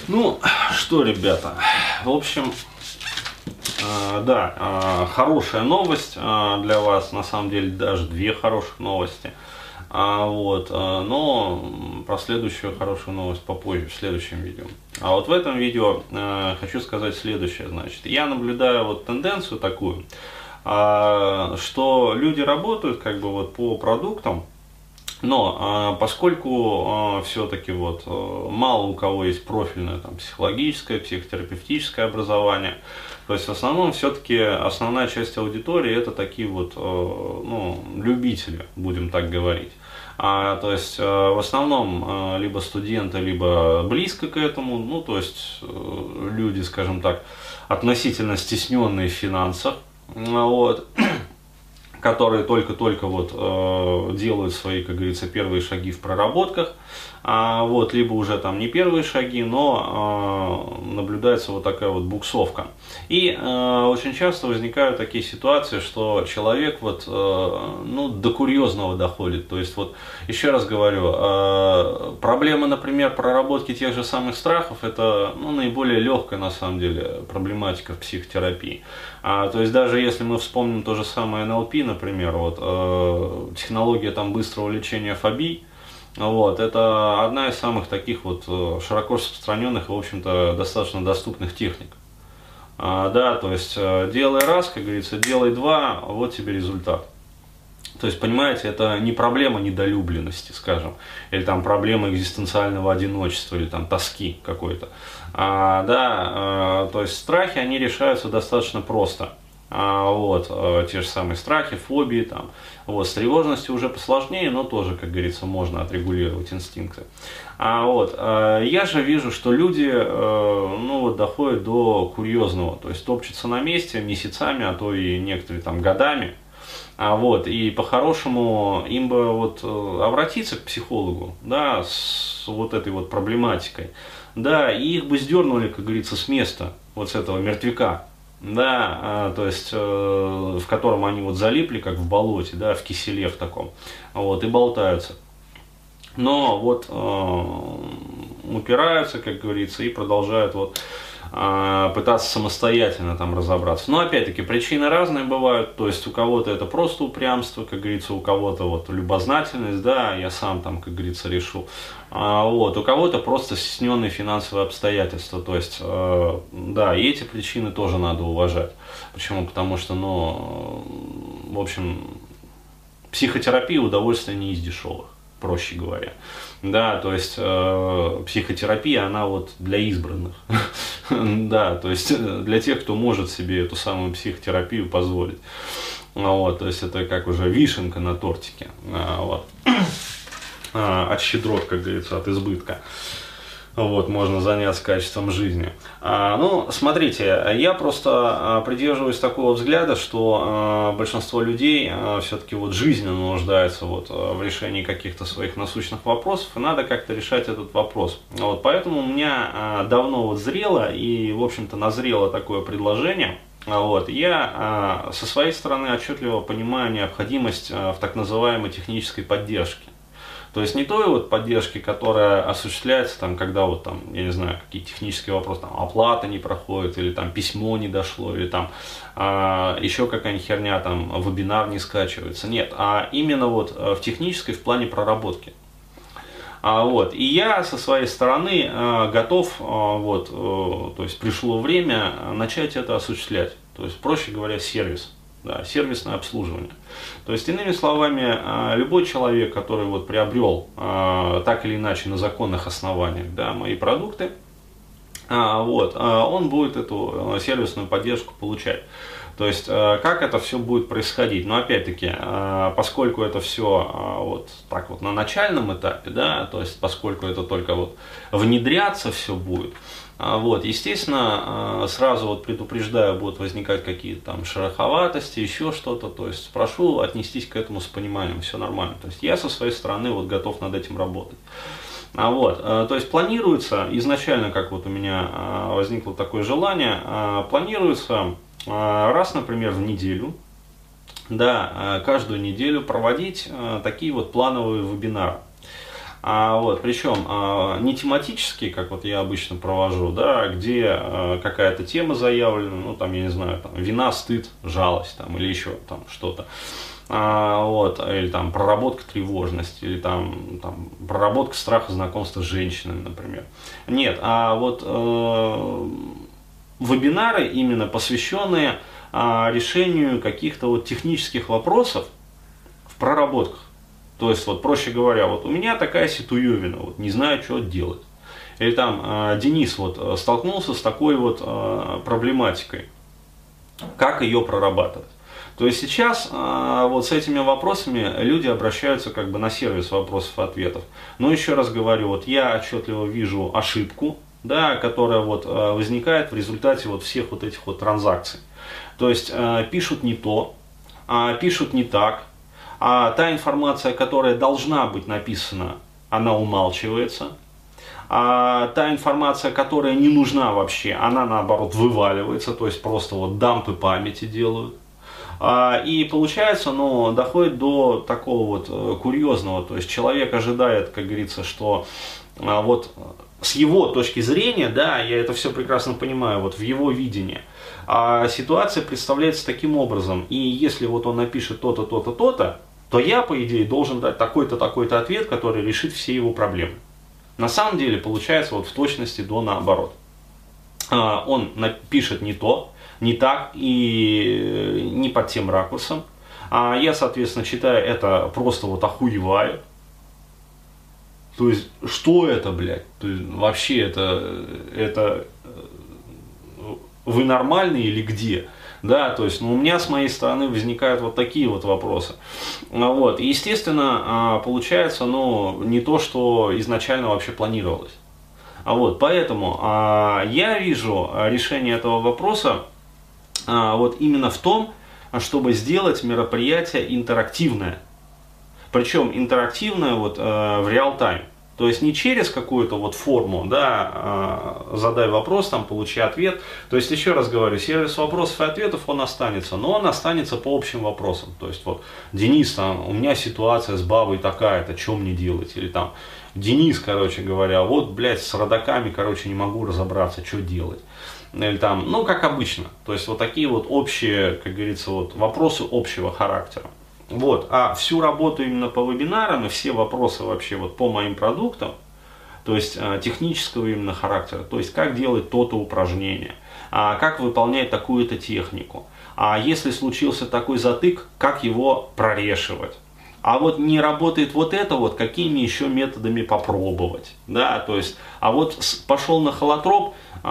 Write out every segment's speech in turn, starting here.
Ну, что, ребята, в общем, да, хорошая новость для вас, на самом деле даже две хороших новости. Но про следующую хорошую новость попозже, в следующем видео. А вот в этом видео хочу сказать следующее, значит, я наблюдаю вот тенденцию такую, что люди работают как бы вот по продуктам, но поскольку все-таки вот мало у кого есть профильное там, психологическое, психотерапевтическое образование, то есть в основном все-таки основная часть аудитории это такие вот любители, будем так говорить. То есть в основном либо студенты, либо близко к этому, ну то есть люди, скажем так, относительно стесненные в финансах, вот, которые только-только вот делают свои, как говорится, первые шаги в проработках, вот, либо уже там не первые шаги, но наблюдается вот такая вот буксовка. И очень часто возникают такие ситуации, что человек вот, до курьезного доходит. То есть вот, еще раз говорю, проблема, например, проработки тех же самых страхов, это наиболее легкая на самом деле проблематика в психотерапии. То есть даже если мы вспомним то же самое НЛП, например, вот, технология там быстрого лечения фобий, вот, это одна из самых таких вот широко распространенных и, в общем-то, достаточно доступных техник. Да, то есть делай раз, как говорится, делай два, вот тебе результат. То есть, понимаете, это не проблема недолюбленности, скажем, или там проблема экзистенциального одиночества, или там тоски какой-то. То есть страхи, они решаются достаточно просто. Те же самые страхи, фобии, там, вот, с тревожностью уже посложнее, но тоже, как говорится, можно отрегулировать инстинкты. Я же вижу, что люди, доходят до курьезного, то есть топчутся на месте месяцами, а то и некоторые там годами. И по-хорошему им бы вот обратиться к психологу, да, с вот этой вот проблематикой, да, и их бы сдернули, как говорится, с места, вот с этого мертвяка, да, то есть в котором они вот залипли, как в болоте, да, в киселе в таком, вот, и болтаются. Но вот упираются, как говорится, и продолжают вот пытаться самостоятельно там разобраться. Но опять-таки причины разные бывают, то есть у кого-то это просто упрямство, как говорится, у кого-то вот любознательность, да, я сам там, как говорится, решу. У кого-то просто стесненные финансовые обстоятельства, то есть, да, и эти причины тоже надо уважать. Почему? Потому что, в общем, психотерапия удовольствие не из дешевых, проще говоря. Да, то есть психотерапия, она вот для избранных. Да, то есть для тех, кто может себе эту самую психотерапию позволить. То есть это как уже вишенка на тортике. От щедрот, как говорится, от избытка. Можно заняться качеством жизни. Смотрите, я просто придерживаюсь такого взгляда, что большинство людей все-таки вот жизненно нуждается вот в решении каких-то своих насущных вопросов, и надо как-то решать этот вопрос. Поэтому у меня давно вот зрело и, в общем-то, назрело такое предложение. Я со своей стороны отчетливо понимаю необходимость в так называемой технической поддержке. То есть не той вот поддержки, которая осуществляется, там, когда вот там, я не знаю, какие технические вопросы, там, оплата не проходит, или там письмо не дошло, или там еще какая-нибудь херня, там, вебинар не скачивается. Нет, а именно вот в технической, в плане проработки. И я со своей стороны готов, то есть пришло время начать это осуществлять. То есть, проще говоря, сервис. Да, сервисное обслуживание. То есть, иными словами, любой человек, который вот приобрел так или иначе на законных основаниях, да, мои продукты, он будет эту сервисную поддержку получать. То есть, как это все будет происходить? Но опять-таки, поскольку это все вот так вот на начальном этапе, да, то есть, поскольку это только вот внедряться все будет, естественно, сразу вот предупреждаю, будут возникать какие-то там шероховатости, еще что-то, то есть прошу отнестись к этому с пониманием, все нормально. То есть я со своей стороны вот готов над этим работать. То есть планируется, изначально, как вот у меня возникло такое желание, планируется раз, например, в неделю, да, каждую неделю проводить такие вот плановые вебинары. Вот, причем не тематические, как вот я обычно провожу, да, где какая-то тема заявлена, ну там, я не знаю, там, вина, стыд, жалость там, или еще там что-то. Вот, или там проработка тревожности, или там проработка страха знакомства с женщинами, например. Нет, а вот вебинары именно посвященные решению каких-то вот технических вопросов в проработках. То есть, вот, проще говоря, вот у меня такая ситуевина, вот, не знаю, что делать. Или там Денис вот столкнулся с такой вот проблематикой, как ее прорабатывать. То есть сейчас вот с этими вопросами люди обращаются как бы на сервис вопросов и ответов. Но еще раз говорю, вот я отчетливо вижу ошибку, да, которая вот возникает в результате вот всех вот этих вот транзакций. То есть пишут не то, пишут не так. А та информация, которая должна быть написана, она умалчивается. А та информация, которая не нужна вообще, она наоборот вываливается, то есть просто вот дампы памяти делают. И получается, ну, доходит до такого вот курьезного, то есть человек ожидает, как говорится, что вот с его точки зрения, да, я это все прекрасно понимаю, вот в его видении, ситуация представляется таким образом, и если вот он напишет то-то, то-то, то-то, то я, по идее, должен дать такой-то, такой-то ответ, который решит все его проблемы. На самом деле, получается вот в точности до наоборот. Он пишет не то, не так и не под тем ракурсом. Я, соответственно, читая это, просто вот охуеваю. То есть, что это, блядь? То есть, вообще это вы нормальные или где? Да, то есть, ну, у меня с моей стороны возникают вот такие вот вопросы. Вот. И, естественно, получается, ну, не то, что изначально вообще планировалось. Вот. Поэтому я вижу решение этого вопроса вот именно в том, чтобы сделать мероприятие интерактивное. Причем интерактивное вот в реал-тайм. То есть не через какую-то вот форму, да, задай вопрос, там, получи ответ. То есть, еще раз говорю, сервис вопросов и ответов, он останется, но он останется по общим вопросам. То есть, вот, Денис, там, у меня ситуация с бабой такая-то, что мне делать? Или там, Денис, короче говоря, вот, блядь, с родаками, короче, не могу разобраться, что делать. Или там, ну, как обычно. То есть, вот такие вот общие, как говорится, вот, вопросы общего характера. Вот, а всю работу именно по вебинарам и все вопросы вообще вот по моим продуктам, то есть технического именно характера, то есть как делать то-то упражнение, как выполнять такую-то технику, а если случился такой затык, как его прорешивать. А вот не работает вот это вот, какими еще методами попробовать, да, то есть, а вот пошел на холотроп,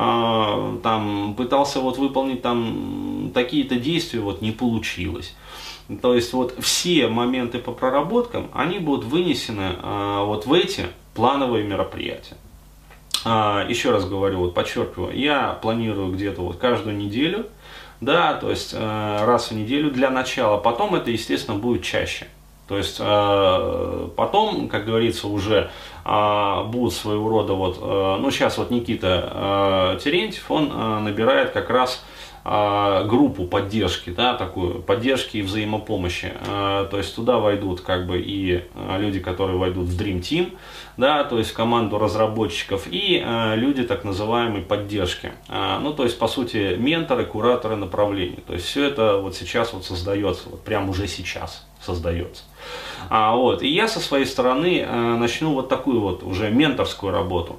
там, пытался вот выполнить там такие-то действия, вот не получилось. То есть вот все моменты по проработкам, они будут вынесены вот в эти плановые мероприятия. Еще раз говорю, вот подчеркиваю, я планирую где-то вот каждую неделю, да, то есть раз в неделю для начала, потом это, естественно, будет чаще. То есть потом, как говорится, уже будут своего рода вот, ну сейчас вот Никита Терентьев, он набирает как раз группу поддержки, да, такую поддержки и взаимопомощи. То есть туда войдут как бы и люди, которые войдут в Dream Team, да, то есть в команду разработчиков, и люди так называемой поддержки. Ну, то есть, по сути, менторы, кураторы направлений. То есть все это вот сейчас вот создается, вот прямо уже сейчас создается. Вот. И я со своей стороны начну вот такую вот уже менторскую работу.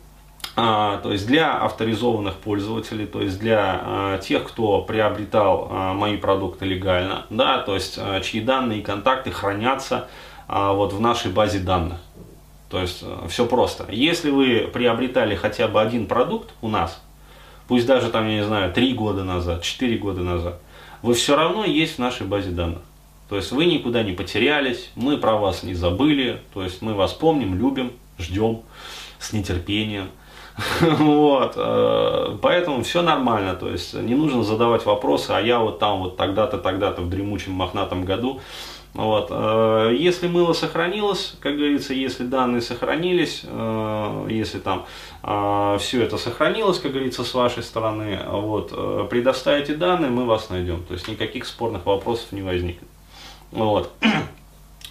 То есть для авторизованных пользователей, то есть для тех, кто приобретал мои продукты легально, да, то есть чьи данные и контакты хранятся вот в нашей базе данных. То есть все просто. Если вы приобретали хотя бы один продукт у нас, пусть даже там, я не знаю, 3 года назад, 4 года назад, вы все равно есть в нашей базе данных. То есть вы никуда не потерялись, мы про вас не забыли, то есть мы вас помним, любим, ждем с нетерпением. Вот, поэтому все нормально, то есть не нужно задавать вопросы, а я вот там вот тогда-то, тогда-то в дремучем мохнатом году. Вот, если мыло сохранилось, как говорится, если данные сохранились, если там все это сохранилось, как говорится, с вашей стороны, вот, предоставите данные, мы вас найдем, то есть никаких спорных вопросов не возникнет. Вот.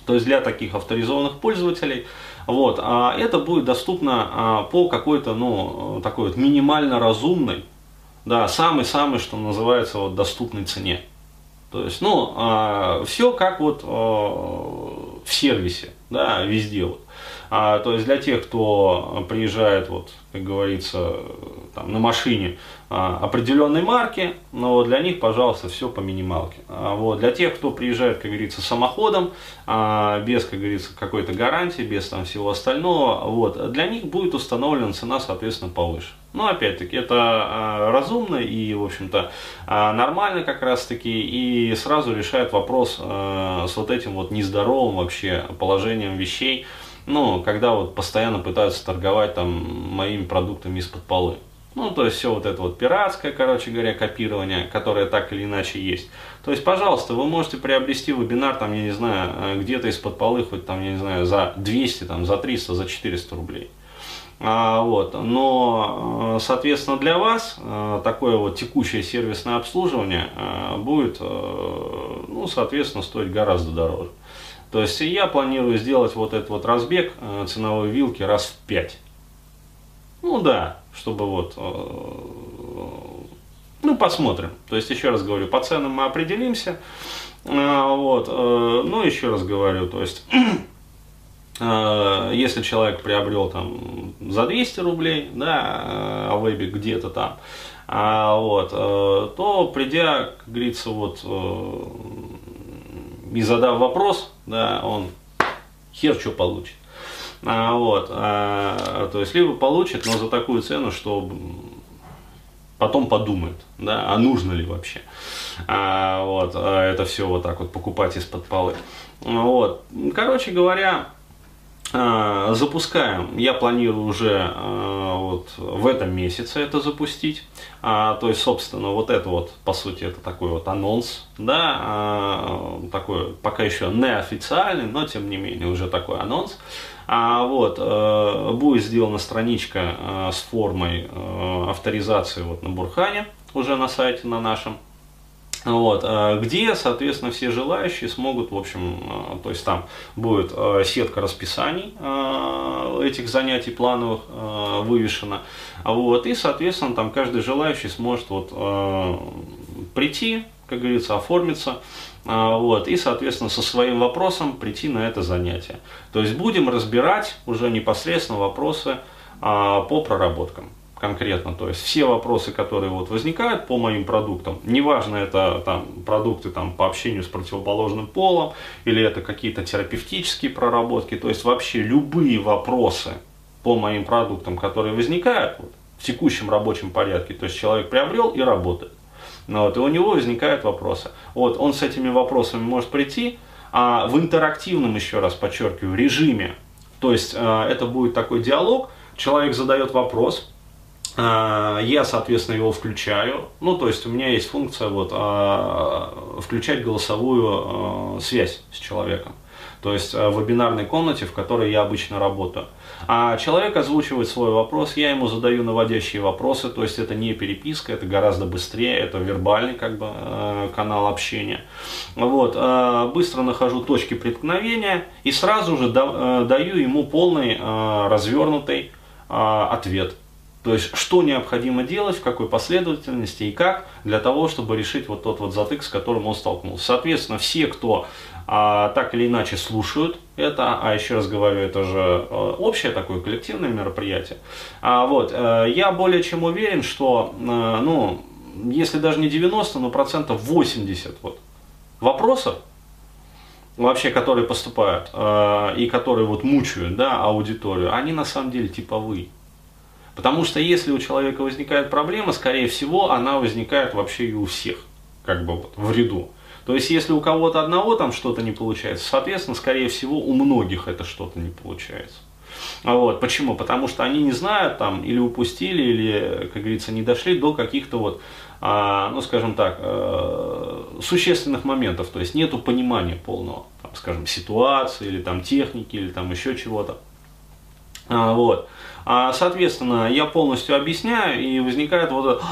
То есть для таких авторизованных пользователей вот, это будет доступно по какой-то, ну, такой вот минимально разумной, да, самой-самой, что называется, вот, доступной цене. То есть, ну, все как вот в сервисе, да, везде вот. То есть для тех, кто приезжает, вот, как говорится, там, на машине определенной марки, но вот для них, пожалуйста, все по минималке. Вот, для тех, кто приезжает, как говорится, самоходом, без, как говорится, какой-то гарантии, без там всего остального, вот, для них будет установлена цена, соответственно, повыше. Но опять-таки это разумно и, в общем-то, нормально как раз-таки, и сразу решает вопрос с вот этим вот нездоровым вообще положением вещей, ну, когда вот постоянно пытаются торговать там моими продуктами из-под полы. Ну, то есть все вот это вот пиратское, короче говоря, копирование, которое так или иначе есть. То есть, пожалуйста, вы можете приобрести вебинар, там, я не знаю, где-то из-под полы, хоть там, я не знаю, за 200, там, за 300, за 400 рублей. Вот. Но, соответственно, для вас такое вот текущее сервисное обслуживание будет, ну, соответственно, стоить гораздо дороже. То есть я планирую сделать вот этот вот разбег ценовой вилки раз в 5. Ну да, чтобы вот, ну, посмотрим. То есть, еще раз говорю, по ценам мы определимся. Вот, ну, еще раз говорю, то есть, если человек приобрел там за 200 рублей, да, Awebic где-то там, вот, то придя, как говорится, вот, и задав вопрос, да, он хер что получит. Вот, то есть, либо получит, но за такую цену, что потом подумает, да, а нужно ли вообще вот, это все вот так вот покупать из-под полы. Вот, короче говоря, запускаем, я планирую уже вот в этом месяце это запустить, то есть, собственно, вот это вот, по сути, это такой вот анонс, да, такой пока еще неофициальный, но тем не менее уже такой анонс. Вот, будет сделана страничка с формой авторизации вот на Бурхане, уже на сайте на нашем. Вот, где, соответственно, все желающие смогут, в общем, то есть там будет сетка расписаний этих занятий плановых вывешена, вот, и, соответственно, там каждый желающий сможет вот прийти, как говорится, оформиться, вот, и, соответственно, со своим вопросом прийти на это занятие. То есть будем разбирать уже непосредственно вопросы по проработкам. Конкретно, то есть все вопросы, которые вот возникают по моим продуктам, неважно, это там продукты там, по общению с противоположным полом, или это какие-то терапевтические проработки, то есть вообще любые вопросы по моим продуктам, которые возникают вот, в текущем рабочем порядке, то есть человек приобрел и работает, вот, и у него возникают вопросы. Вот, он с этими вопросами может прийти, а в интерактивном, еще раз подчеркиваю, режиме, то есть это будет такой диалог, человек задает вопрос, я, соответственно, его включаю, ну, то есть у меня есть функция вот, включать голосовую связь с человеком, то есть в вебинарной комнате, в которой я обычно работаю. А человек озвучивает свой вопрос, я ему задаю наводящие вопросы, то есть это не переписка, это гораздо быстрее, это вербальный как бы канал общения. Вот, быстро нахожу точки преткновения и сразу же даю ему полный развернутый ответ. То есть, что необходимо делать, в какой последовательности и как, для того, чтобы решить вот тот вот затык, с которым он столкнулся. Соответственно, все, кто так или иначе слушают это, а еще раз говорю, это же общее такое коллективное мероприятие, вот, я более чем уверен, что, ну, если даже не 90, но процентов 80 вот, вопросов, вообще, которые поступают и которые вот мучают, да, аудиторию, они на самом деле типовые. Потому что если у человека возникает проблема, скорее всего, она возникает вообще и у всех, как бы вот, в ряду. То есть, если у кого-то одного там что-то не получается, соответственно, скорее всего, у многих это что-то не получается. Вот. Почему? Потому что они не знают там, или упустили, или, как говорится, не дошли до каких-то вот, ну, скажем так, существенных моментов. То есть, нету понимания полного, там, скажем, ситуации, или там техники, или там еще чего-то. Вот. Соответственно, я полностью объясняю, и возникает вот это,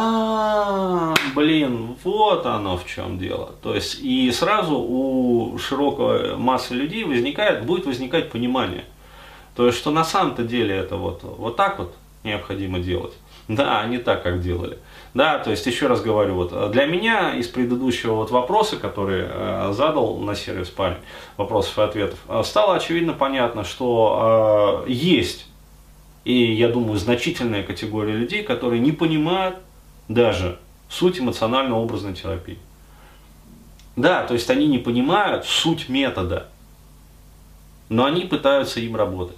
блин, вот оно в чем дело. То есть, и сразу у широкой массы людей будет возникать понимание. То есть, что на самом-то деле это вот так вот необходимо делать. Да, а не так, как делали. Да, то есть, еще раз говорю, вот для меня из предыдущего вот вопроса, который задал на сервис парень, вопросов и ответов, стало очевидно понятно, что есть, и я думаю, значительная категория людей, которые не понимают даже суть эмоционально-образной терапии. Да, то есть они не понимают суть метода, но они пытаются им работать.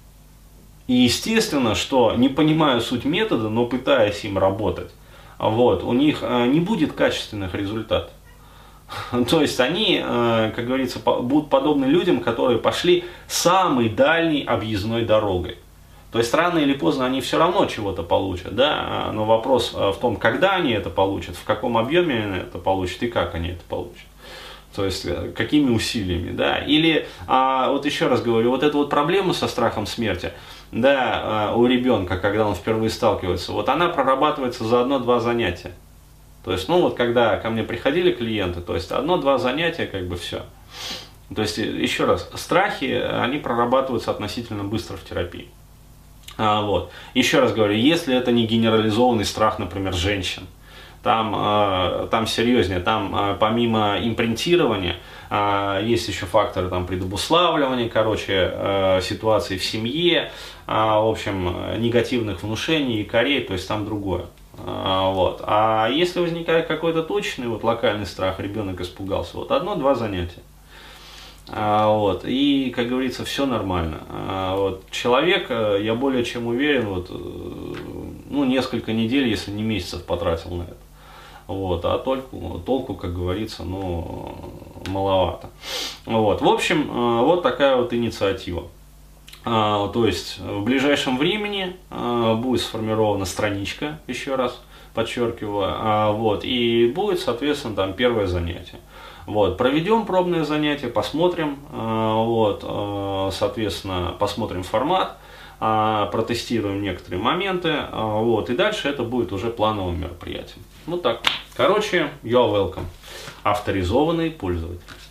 И естественно, что не понимая суть метода, но пытаясь им работать, вот, у них не будет качественных результатов. То есть они, как говорится, будут подобны людям, которые пошли самой дальней объездной дорогой. То есть рано или поздно они все равно чего-то получат, да, но вопрос в том, когда они это получат, в каком объеме они это получат и как они это получат. То есть какими усилиями, да. Или, вот еще раз говорю, вот эта вот проблема со страхом смерти, да, у ребенка, когда он впервые сталкивается, вот она прорабатывается за 1-2 занятия. То есть, ну вот когда ко мне приходили клиенты, то есть 1-2 занятия, как бы все. То есть, еще раз, страхи, они прорабатываются относительно быстро в терапии. Вот. Еще раз говорю, если это не генерализованный страх, например, женщин, там серьезнее, там помимо импринтирования есть еще факторы там, предобуславливания, ситуации в семье, в общем, негативных внушений, якорей, то есть там другое. Вот. А если возникает какой-то точный вот, локальный страх, ребенок испугался, вот 1-2 занятия. Вот. И, как говорится, все нормально. Вот. Человек, я более чем уверен, вот, ну, несколько недель, если не месяцев потратил на это. Вот. А толку, как говорится, ну, маловато. Вот. В общем, вот такая вот инициатива. То есть в ближайшем времени будет сформирована страничка, еще раз подчеркиваю, вот, и будет, соответственно, там первое занятие. Вот, проведем пробное занятие, посмотрим, вот, соответственно, посмотрим формат, протестируем некоторые моменты, вот, и дальше это будет уже плановым мероприятием. Вот так. Короче, you're welcome. Авторизованный пользователь.